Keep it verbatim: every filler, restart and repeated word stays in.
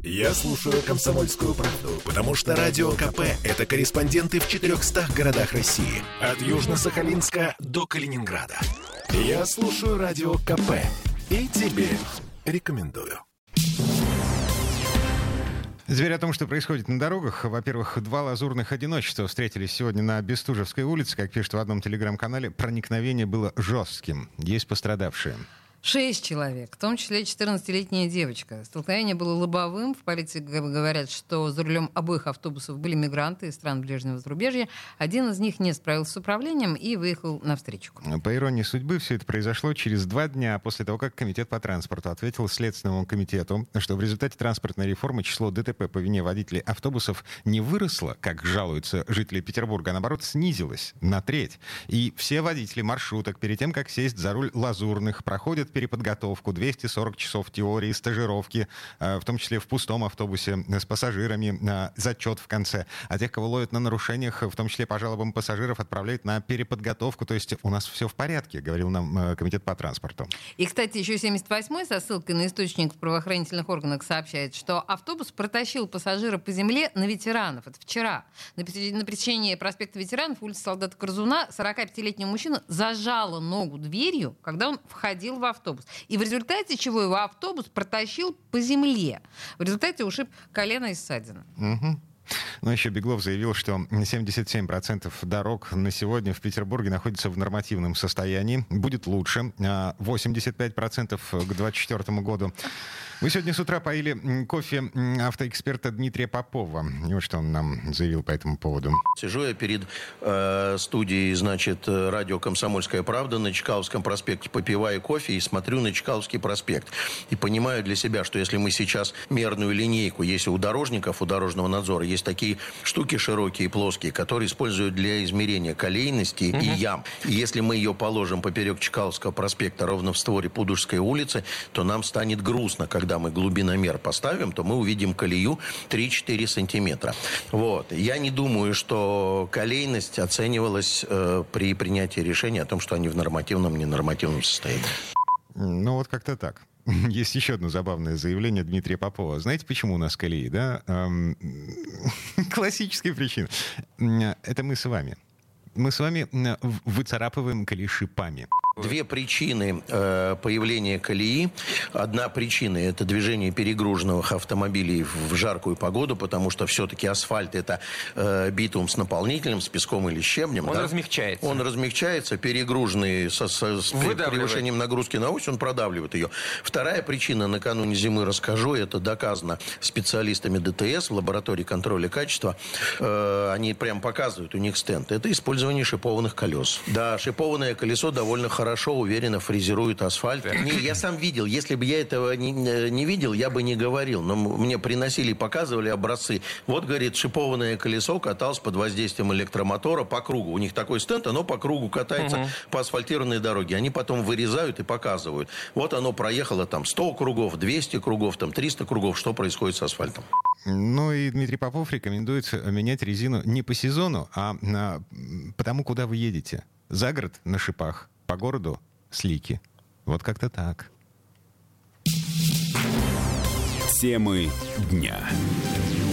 Я слушаю «Комсомольскую правду», потому что Радио КП – это корреспонденты в четырехстах городах России. От Южно-Сахалинска до Калининграда. Я слушаю Радио КП и тебе рекомендую. Зверь о том, что происходит на дорогах. Во-первых, два лазурных одиночества встретились сегодня на Бестужевской улице. Как пишут в одном телеграм-канале, проникновение было жестким. Есть пострадавшие. Шесть человек, в том числе четырнадцатилетняя девочка. Столкновение было лобовым. В полиции говорят, что за рулем обоих автобусов были мигранты из стран ближнего зарубежья. Один из них не справился с управлением и выехал навстречу. По иронии судьбы, все это произошло через два дня после того, как Комитет по транспорту ответил Следственному комитету, что в результате транспортной реформы число ДТП по вине водителей автобусов не выросло, как жалуются жители Петербурга, а наоборот снизилось на треть. И все водители маршруток перед тем, как сесть за руль лазурных, проходят переподготовку, двести сорок часов теории, стажировки, в том числе в пустом автобусе с пассажирами, зачет в конце. А тех, кого ловят на нарушениях, в том числе по жалобам пассажиров, отправляют на переподготовку. То есть у нас все в порядке, говорил нам Комитет по транспорту. И, кстати, еще семьдесят восьмой со ссылкой на источник в правоохранительных органах сообщает, что автобус протащил пассажира по земле на ветеранов. Это вчера. На пересечении проспекта Ветеранов, улицы Солдата Корзуна, сорокапятилетнего мужчину зажало ногу дверью, когда он входил в автобус. Автобус. И в результате чего его автобус протащил по земле. В результате ушиб колено и ссадина. Угу. Но еще Беглов заявил, что семьдесят семь процентов дорог на сегодня в Петербурге находятся в нормативном состоянии. Будет лучше. восемьдесят пять процентов к двадцать четвёртому году. Вы сегодня с утра поили кофе автоэксперта Дмитрия Попова. И вот что он нам заявил по этому поводу. Сижу я перед э, студией, значит, радио «Комсомольская правда» на Чкаловском проспекте, попиваю кофе и смотрю на Чкаловский проспект. И понимаю для себя, что если мы сейчас мерную линейку, если у дорожников, у дорожного надзора есть такие штуки широкие и плоские, которые используют для измерения колейности угу. и ям. И если мы ее положим поперек Чкаловского проспекта ровно в створе Пудожской улицы, то нам станет грустно. Когда мы глубиномер поставим, то мы увидим колею три-четыре сантиметра. Вот. Я не думаю, что колейность оценивалась э, при принятии решения о том, что они в нормативном, ненормативном состоянии. Ну вот как-то так. Есть еще одно забавное заявление Дмитрия Попова. Знаете, почему у нас колеи, да? Эм, классическая причина. Это мы с вами. Мы с вами выцарапываем колеи шипами. Две причины э, появления колеи. Одна причина – это движение перегруженных автомобилей в жаркую погоду, потому что все-таки асфальт – это э, битум с наполнителем, с песком или щебнем. Он да? размягчается. Он размягчается, перегруженный со, со, с превышением нагрузки на ось, он продавливает ее. Вторая причина, накануне зимы расскажу, это доказано специалистами ДТС в лаборатории контроля качества. Э, они прям показывают, у них стенд. Это использование шипованных колес. Да, шипованное колесо довольно хорошо. Хорошо, уверенно фрезерует асфальт. Не, я сам видел. Если бы я этого не, не видел, я бы не говорил. Но мне приносили, показывали образцы. Вот, говорит, шипованное колесо каталось под воздействием электромотора по кругу. У них такой стенд, оно по кругу катается угу. по асфальтированной дороге. Они потом вырезают и показывают. Вот оно проехало там сто кругов, двести кругов, там триста кругов. Что происходит с асфальтом? Ну и Дмитрий Попов рекомендует менять резину не по сезону, а по тому, куда вы едете. За город на шипах. По городу слики. Вот как-то так. Темы дня.